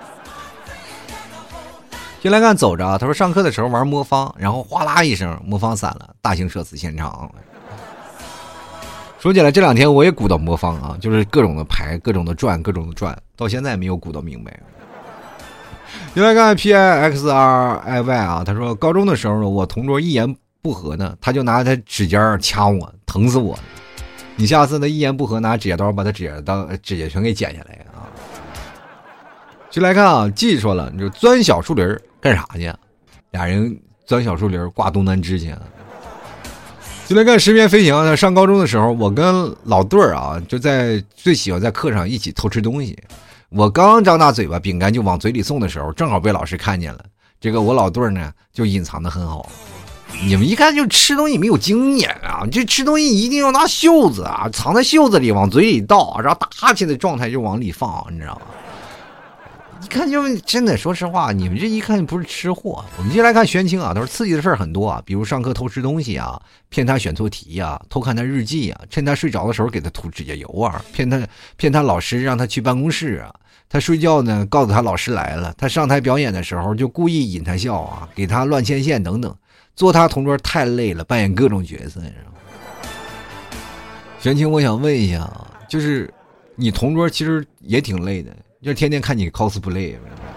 先来看走着啊，他说上课的时候玩魔方，然后哗啦一声，魔方散了，大型社死现场。说起来，这两天我也鼓捣魔方啊，就是各种的排，各种的转，各种的转，到现在没有鼓捣明白。先来看 P I X R I Y 啊，他说高中的时候呢，我同桌一言不合呢，他就拿他指尖掐我，疼死我。你下次呢一言不合拿指甲刀把他指甲刀指甲全给剪下来啊！就来看啊，季说了，你就钻小树林干啥去？俩人钻小树林挂东南枝去。就来看十面飞行。上高中的时候，我跟老对儿啊，就在最喜欢在课上一起偷吃东西。我刚张大嘴巴，饼干就往嘴里送的时候，正好被老师看见了。这个我老对儿呢，就隐藏得很好。你们一看就吃东西没有经验啊！这吃东西一定要拿袖子啊，藏在袖子里往嘴里倒，然后打哈欠的状态就往里放，你知道吗？一看就真的，说实话，你们这一看不是吃货。我们接下来看玄清啊，他说刺激的事儿很多啊，比如上课偷吃东西啊，骗他选错题啊，偷看他日记啊，趁他睡着的时候给他涂指甲油啊，骗他骗他老师让他去办公室啊，他睡觉呢告诉他老师来了，他上台表演的时候就故意引他笑啊，给他乱牵线等等。做他同桌太累了，扮演各种角色。玄清，我想问一下，就是你同桌其实也挺累的，就天天看你 cosplay，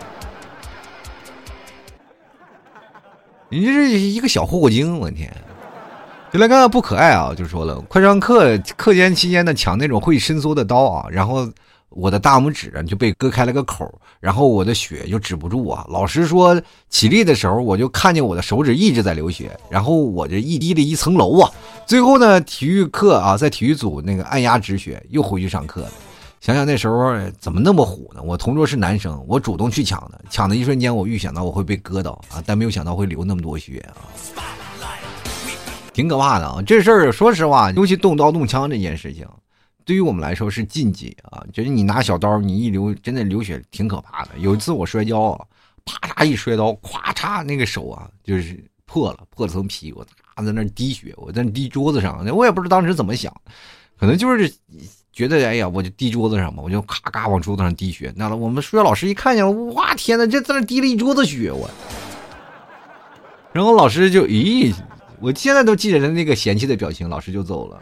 你这是一个小霍霍精，我天！就来看看不可爱啊，就说了，快上课课间期间呢，抢那种会伸缩的刀啊，然后我的大拇指就被割开了个口，然后我的血就止不住啊。老师说起立的时候，我就看见我的手指一直在流血，然后我这一滴了一层楼啊。最后呢，体育课啊，在体育组那个按压止血，又回去上课了。想想那时候怎么那么虎呢？我同桌是男生，我主动去抢的，抢的一瞬间，我预想到我会被割到啊，但没有想到会流那么多血啊，挺可怕的啊。这事儿说实话，尤其动刀动枪这件事情。对于我们来说是禁忌啊，就是你拿小刀，你一流，真的流血挺可怕的。有一次我摔跤啊，啪嚓一摔刀，咵嚓那个手啊就是破了，破了层皮，我在那滴血，我在那滴桌子上，我也不知道当时怎么想，可能就是觉得哎呀，我就滴桌子上嘛，我就咔咔往桌子上滴血。那我们数学老师一看见了，哇天哪，这在那滴了一桌子血我。然后老师就咦，我现在都记得他那个嫌弃的表情，老师就走了。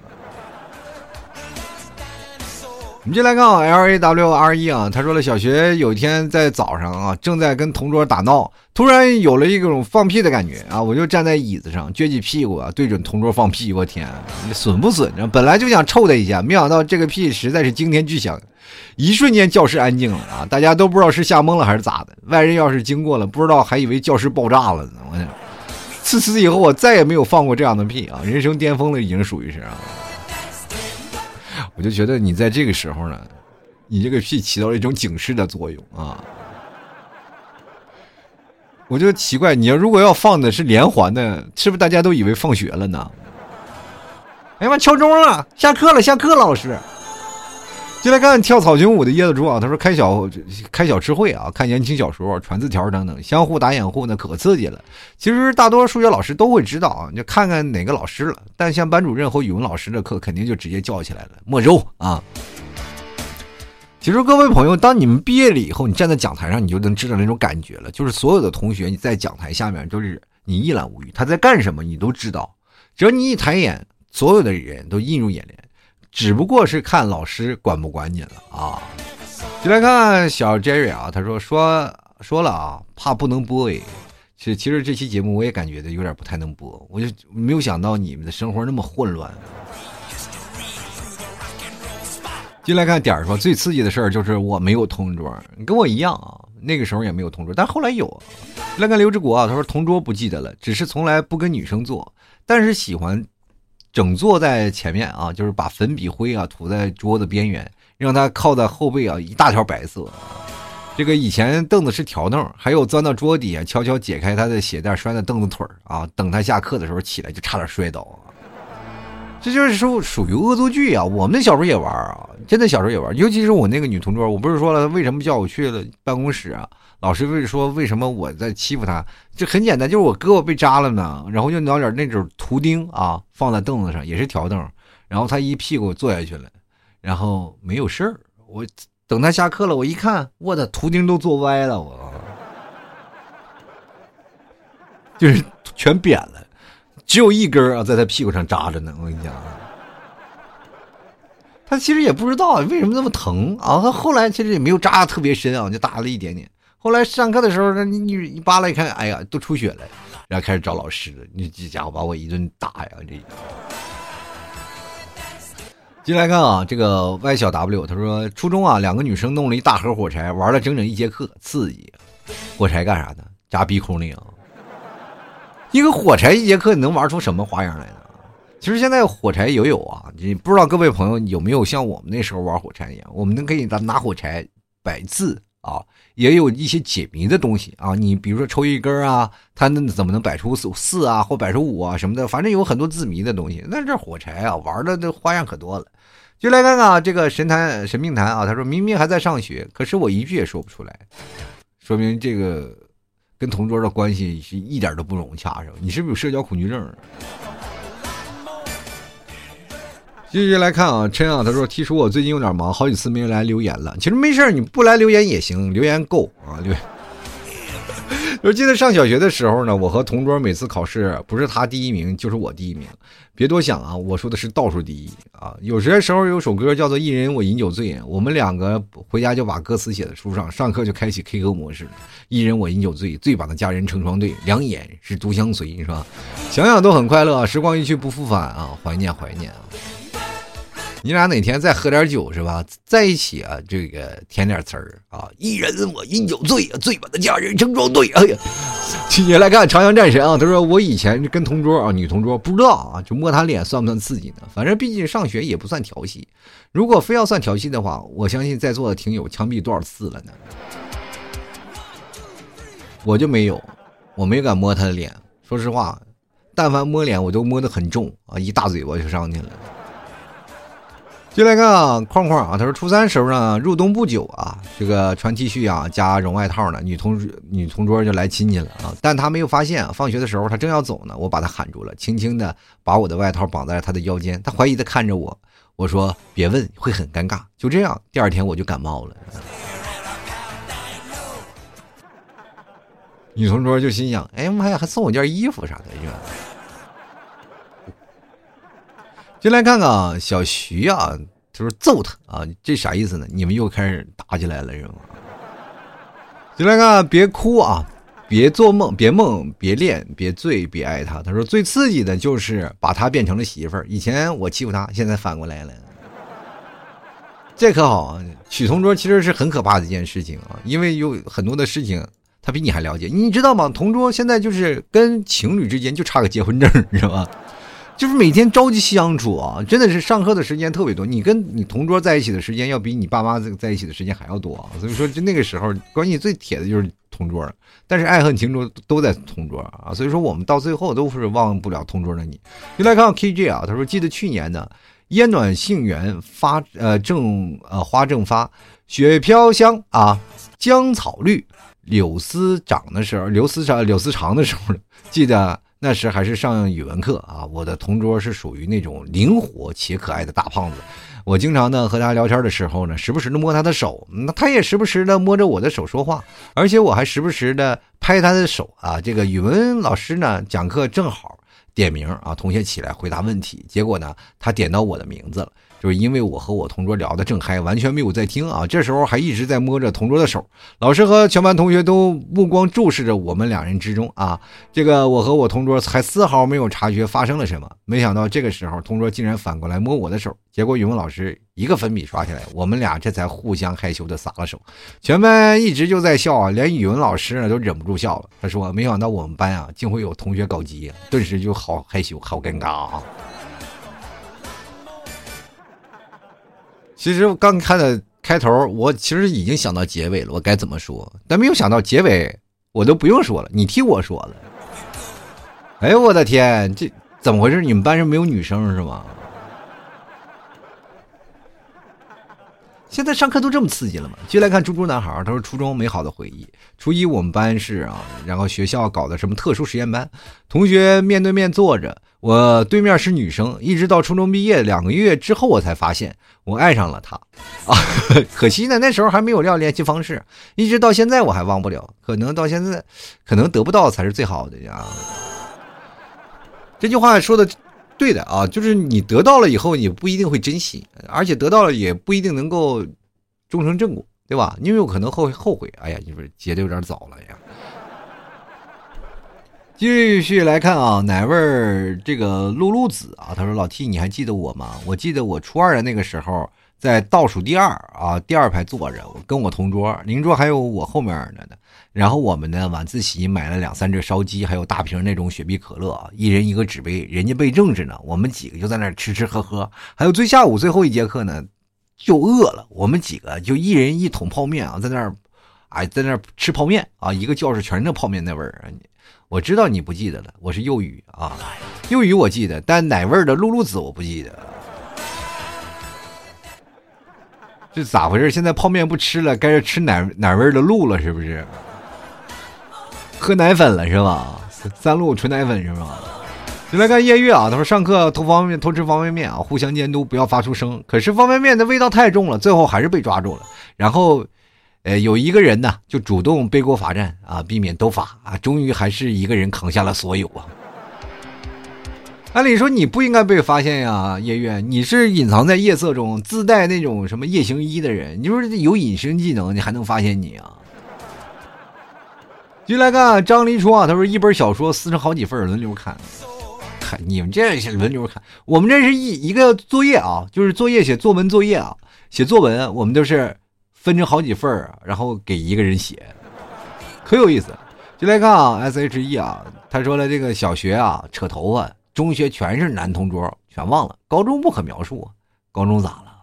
我们就来看 L A W R E 啊，他说了，小学有一天在早上啊，正在跟同桌打闹，突然有了一种放屁的感觉啊，我就站在椅子上撅起屁股啊，对准同桌放屁，我天，你损不损？本来就想臭他一下，没想到这个屁实在是惊天巨响，一瞬间教室安静了啊，大家都不知道是吓懵了还是咋的，外人要是经过了，不知道还以为教室爆炸了呢。我自此以后我再也没有放过这样的屁啊，人生巅峰了，已经属于是啊。我就觉得你在这个时候呢，你这个屁起到了一种警示的作用啊。我就奇怪，你要如果要放的是连环的，是不是大家都以为放学了呢？哎呀妈，敲钟了，下课了，下课了，老师。就来看跳草裙舞的椰子猪啊，他说开小开小吃会啊，看言情小说、传字条等等，相互打掩护呢，可刺激了。其实大多数学老师都会知道啊，就看看哪个老师了。但像班主任和语文老师的课，肯定就直接叫起来了，没收啊。其实各位朋友，当你们毕业了以后，你站在讲台上，你就能知道那种感觉了，就是所有的同学你在讲台下面，就是你一览无余，他在干什么你都知道，只要你一抬眼，所有的人都映入眼帘。只不过是看老师管不管你了啊！就来看小 Jerry 啊，他说说说了啊，怕不能播诶。其实其实这期节目我也感觉的有点不太能播，我就没有想到你们的生活那么混乱。就来看点儿说最刺激的事儿就是我没有同桌，你跟我一样啊，那个时候也没有同桌，但后来有。来看刘志国啊，他说同桌不记得了，只是从来不跟女生坐，但是喜欢。整坐在前面啊，就是把粉笔灰啊涂在桌子边缘，让他靠在后背啊，一大条白色。这个以前凳子是条凳，还有钻到桌底下悄悄解开他的鞋带拴在凳子腿啊，等他下课的时候起来就差点摔倒啊。这就是说属于恶作剧啊，我们小时候也玩啊，真的小时候也玩，尤其是我那个女同桌，我不是说了为什么叫我去了办公室啊？老师为说为什么我在欺负他？这很简单，就是我胳膊被扎了呢，然后就拿点那种图钉啊放在凳子上，也是条凳，然后他一屁股坐下去了，然后没有事儿。我等他下课了，我一看，我的图钉都坐歪了，我就是全扁了，只有一根啊在他屁股上扎着呢。我跟你讲，他其实也不知道为什么那么疼啊，他后来其实也没有扎得特别深啊，就扎了一点点。后来上课的时候，你你一扒拉一看，哎呀，都出血了，然后开始找老师了。你这家伙把我一顿打呀！这进来看啊，这个 Y 小 W 他说，初中啊，两个女生弄了一大盒火柴，玩了整整一节课，刺激。火柴干啥的？扎鼻孔里啊！一个火柴一节课，你能玩出什么花样来呢？其实现在火柴也有啊，你不知道各位朋友有没有像我们那时候玩火柴一样，我们可以拿火柴摆字。啊，也有一些解谜的东西啊，你比如说抽一根啊，它那怎么能摆出四啊，或摆出五啊什么的，反正有很多字谜的东西。那这火柴啊，玩的这花样可多了。就来看看啊，这个神坛神命坛啊，他说明明还在上学，可是我一句也说不出来，说明这个跟同桌的关系是一点都不融洽，是吧？你是不是有社交恐惧症？继续来看啊，琛啊，他说提出我最近有点忙，好几次没有来留言了。其实没事，你不来留言也行，留言够啊。留言。我记得上小学的时候呢，我和同桌每次考试不是他第一名就是我第一名，别多想啊，我说的是倒数第一啊。有些时候有首歌叫做《一人我饮酒醉》，我们两个回家就把歌词写在书上，上课就开启 K 歌模式。一人我饮酒醉，醉把那佳人成双对，两眼是独相随，是吧？想想都很快乐，时光一去不复返啊，怀念怀念啊。你俩哪天再喝点酒是吧，在一起啊，这个填点词儿啊，一人我饮酒醉啊，醉把的佳人成双对。哎呀，继续来看长阳战神啊，他说我以前跟同桌啊，女同桌不知道啊，就摸她脸算不算刺激呢？反正毕竟上学也不算调戏，如果非要算调戏的话，我相信在座的听友枪毙多少次了呢？我就没有，我没敢摸她的脸，说实话，但凡摸脸我都摸得很重啊，一大嘴巴就上去了。就来看啊，框框啊，他说初三时候呢，入冬不久啊，这个穿 T 恤啊加绒外套呢，女同女同桌就来亲戚了啊，但他没有发现啊，放学的时候他正要走呢，我把他喊住了，轻轻的把我的外套绑在他的腰间，他怀疑的看着我， 我说别问，会很尴尬。就这样，第二天我就感冒了。女同桌就心想，哎妈呀，还送我件衣服啥的，是吧？就来看看啊，小徐啊，他说揍他啊，这啥意思呢？你们又开始打起来了是吗？就来看，别哭啊，别做梦，别梦，别恋，别醉，别爱他。他说最刺激的就是把他变成了媳妇儿。以前我欺负他，现在反过来了。这可好啊，娶同桌其实是很可怕的一件事情啊，因为有很多的事情他比你还了解。你知道吗？同桌现在就是跟情侣之间就差个结婚证，你知道吧？就是每天朝夕相处啊，真的是上课的时间特别多，你跟你同桌在一起的时间要比你爸妈在一起的时间还要多啊。所以说，就那个时候关系最铁的就是同桌了，但是爱恨情仇都在同桌啊。所以说，我们到最后都是忘不了同桌的你。就来看 K J 啊，他说记得去年呢，烟暖杏园发呃正呃花正发，雪飘香啊，姜草绿，柳丝长的时候，柳丝长柳丝长的时候，记得。那时还是上语文课啊，我的同桌是属于那种灵活且可爱的大胖子，我经常呢和他聊天的时候呢，时不时的摸他的手，那他也时不时的摸着我的手说话，而且我还时不时的拍他的手啊。这个语文老师呢讲课正好点名啊，同学起来回答问题，结果呢他点到我的名字了。就是因为我和我同桌聊得正嗨，完全没有在听啊，这时候还一直在摸着同桌的手，老师和全班同学都目光注视着我们两人之中啊，这个我和我同桌还丝毫没有察觉发生了什么，没想到这个时候同桌竟然反过来摸我的手，结果语文老师一个粉笔刷下来，我们俩这才互相害羞的撒了手，全班一直就在笑啊，连语文老师呢都忍不住笑了，他说没想到我们班啊竟会有同学搞基，顿时就好害羞好尴尬啊。其实刚看的开头，我其实已经想到结尾了，我该怎么说？但没有想到结尾，我都不用说了，你替我说了。哎呦我的天，这怎么回事？你们班上没有女生是吗？现在上课都这么刺激了吗？接来看猪猪男孩，他说初中美好的回忆。初一我们班是啊，然后学校搞的什么特殊实验班，同学面对面坐着，我对面是女生，一直到初中毕业两个月之后，我才发现我爱上了她啊！可惜呢，那时候还没有要联系方式，一直到现在我还忘不了。可能到现在，可能得不到才是最好的呀。这句话说的对的啊，就是你得到了以后，你不一定会珍惜，而且得到了也不一定能够终成正果，对吧？因为有可能后后悔。哎呀，你说结的有点早了呀。继续来看啊，奶味儿这个露露子啊，他说老 T 你还记得我吗？我记得我初二的那个时候，在倒数第二啊第二排坐着，我跟我同桌，邻桌还有我后面的呢。然后我们呢晚自习买了两三只烧鸡，还有大瓶那种雪碧可乐，一人一个纸杯，人家背政治呢，我们几个就在那吃吃喝喝。还有最下午最后一节课呢，就饿了，我们几个就一人一桶泡面啊，在那儿，哎，在那儿吃泡面啊，一个教室全是泡面那味儿。我知道你不记得了，我是幼语啊，幼语我记得，但奶味儿的露露子我不记得。这咋回事？现在泡面不吃了，该是吃奶奶味儿的露了，是不是？喝奶粉了是吧？三鹿纯奶粉是吧？就来看夜月啊，他说上课偷方便面偷吃方便面啊，互相监督不要发出声。可是方便面的味道太重了，最后还是被抓住了。然后，呃，有一个人呢就主动背锅罚站啊，避免斗法啊，终于还是一个人扛下了所有啊。按理说你不应该被发现呀，夜月，你是隐藏在夜色中自带那种什么夜行衣的人，你说有隐身技能，你还能发现你啊？就来看张黎初啊，他说一本小说撕成好几份轮流看，看你们这是轮流看，我们这是一一个作业啊，就是作业写作文作业啊，写作文我们都是分成好几份，然后给一个人写，可有意思。就来看啊 S H E 啊，他说了这个小学啊扯头发，中学全是男同桌，全忘了，高中不可描述，高中咋了？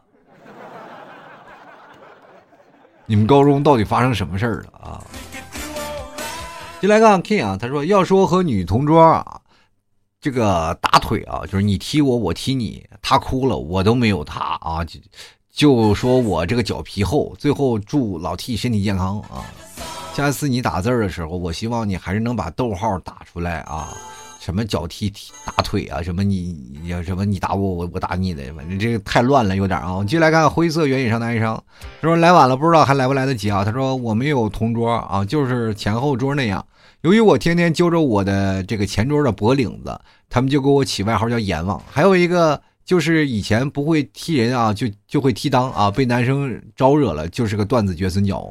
你们高中到底发生什么事儿了啊？就来看 King 啊，他说要说和女同桌啊这个打腿啊，就是你踢我我踢你，他哭了我都没有他啊，就就说我这个脚皮厚，最后祝老 T 身体健康啊。下次你打字的时候，我希望你还是能把逗号打出来啊， 什么脚踢踢打腿啊，什么你什么你打我我我打你的，反正这个太乱了有点啊。继续来看灰色原野上的哀伤，他说来晚了不知道还来不来得及啊。他说我没有同桌啊，就是前后桌那样。由于我天天揪着我的这个前桌的脖领子，他们就给我起外号叫阎王。还有一个就是以前不会踢人啊，就就会踢裆啊，被男生招惹了，就是个断子绝孙脚。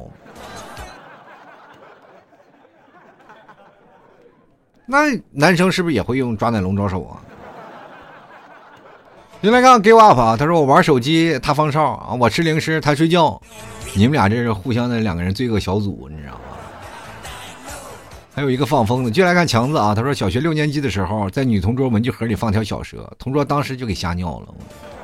那男生是不是也会用抓奶龙招手啊？进来看 give up 啊，他说我玩手机，他放哨啊，我吃零食，他睡觉，你们俩这是互相的两个人罪恶小组，你知道吗？还有一个放风的，就来看强子啊，他说小学六年级的时候，在女同桌文具盒里放条小蛇，同桌当时就给吓尿了。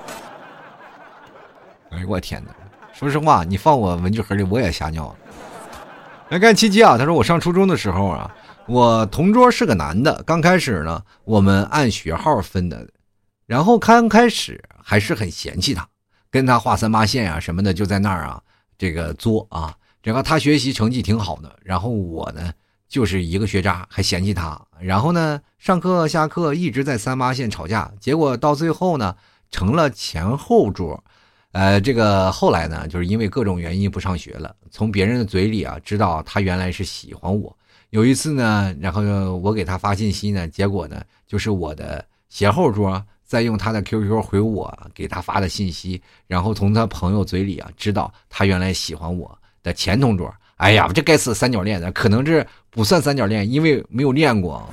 哎呦我天哪！说实话，你放我文具盒里我也吓尿了。来看七七啊，他说我上初中的时候啊。我同桌是个男的，刚开始呢，我们按学号分的，然后刚开始还是很嫌弃他，跟他画三八线啊什么的，就在那儿啊，这个作啊，然后他学习成绩挺好的，然后我呢就是一个学渣，还嫌弃他，然后呢上课下课一直在三八线吵架，结果到最后呢成了前后桌。呃，这个后来呢，就是因为各种原因不上学了，从别人的嘴里啊知道他原来是喜欢我。有一次呢，然后我给他发信息呢，结果呢，就是我的斜后桌在用他的 Q Q 回我给他发的信息，然后从他朋友嘴里啊知道他原来喜欢我的前同桌。哎呀，这该死三角恋的，可能这不算三角恋，因为没有练过。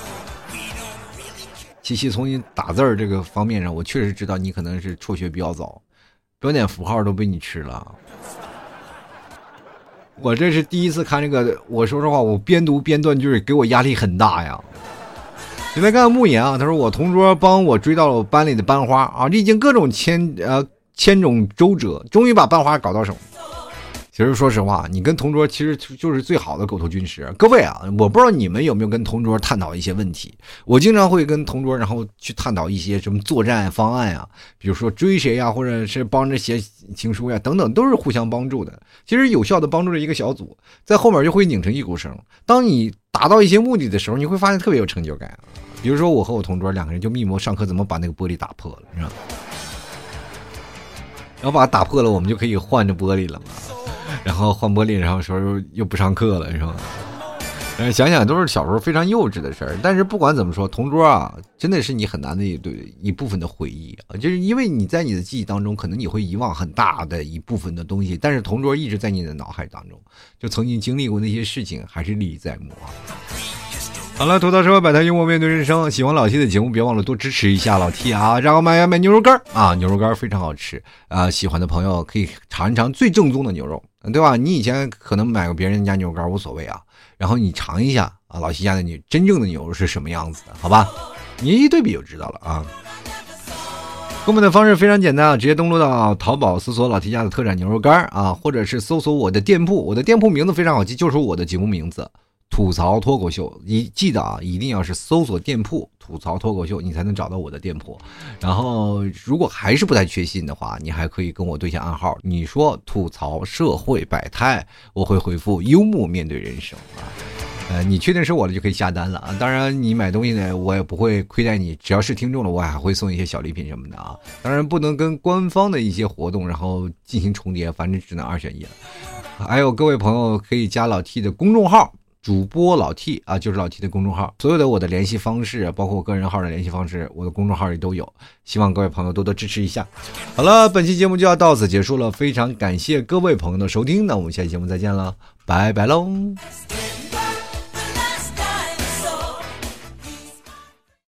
七七从你打字这个方面上，我确实知道你可能是辍学比较早，标点符号都被你吃了。我这是第一次看这个，我说实话，我边读边断句，给我压力很大呀。你来看慕言啊，他说我同桌帮我追到了我班里的班花啊，历经各种千呃千种周折，终于把班花搞到手。其实说实话，你跟同桌其实就是最好的狗头军师。各位啊，我不知道你们有没有跟同桌探讨一些问题。我经常会跟同桌然后去探讨一些什么作战方案啊，比如说追谁啊，或者是帮着写情书呀、啊、等等，都是互相帮助的。其实有效的帮助了一个小组，在后面就会拧成一股绳。当你达到一些目的的时候，你会发现特别有成就感。比如说我和我同桌两个人就密谋上课怎么把那个玻璃打破了，你知道吗？然后把它打破了，我们就可以换着玻璃了嘛。然后换玻璃，然后说又不上课了，是吧？呃，想想都是小时候非常幼稚的事儿。但是不管怎么说，同桌啊，真的是你很难的一对一部分的回忆啊，就是因为你在你的记忆当中，可能你会遗忘很大的一部分的东西，但是同桌一直在你的脑海当中，就曾经经历过那些事情，还是历历在目啊。好了，吐槽社会百态，幽默面对人生。喜欢老 T 的节目，别忘了多支持一下老 T 啊！然后买买牛肉干啊，牛肉干非常好吃啊、呃！喜欢的朋友可以尝一尝最正宗的牛肉，对吧？你以前可能买过别人家牛肉干无所谓啊，然后你尝一下啊，老 T 家的牛真正的牛肉是什么样子的，好吧？你一对比就知道了啊。购买的方式非常简单啊，直接登录到淘宝搜索老 T 家的特产牛肉干啊，或者是搜索我的店铺，我的店铺名字非常好记，就是我的节目名字。吐槽脱口秀，一记得啊，一定要是搜索店铺吐槽脱口秀，你才能找到我的店铺。然后如果还是不太确信的话，你还可以跟我对下暗号，你说吐槽社会百态，我会回复幽默面对人生啊。呃，你确定是我的就可以下单了啊。当然你买东西呢，我也不会亏待你，只要是听众了，我还会送一些小礼品什么的啊。当然不能跟官方的一些活动然后进行重叠，反正只能二选一了。还有各位朋友可以加老 T 的公众号。主播老 T 啊，就是老 T 的公众号，所有的我的联系方式，包括我个人号的联系方式，我的公众号里都有，希望各位朋友多多支持一下。好了，本期节目就要到此结束了，非常感谢各位朋友的收听，那我们下期节目再见了，拜拜喽。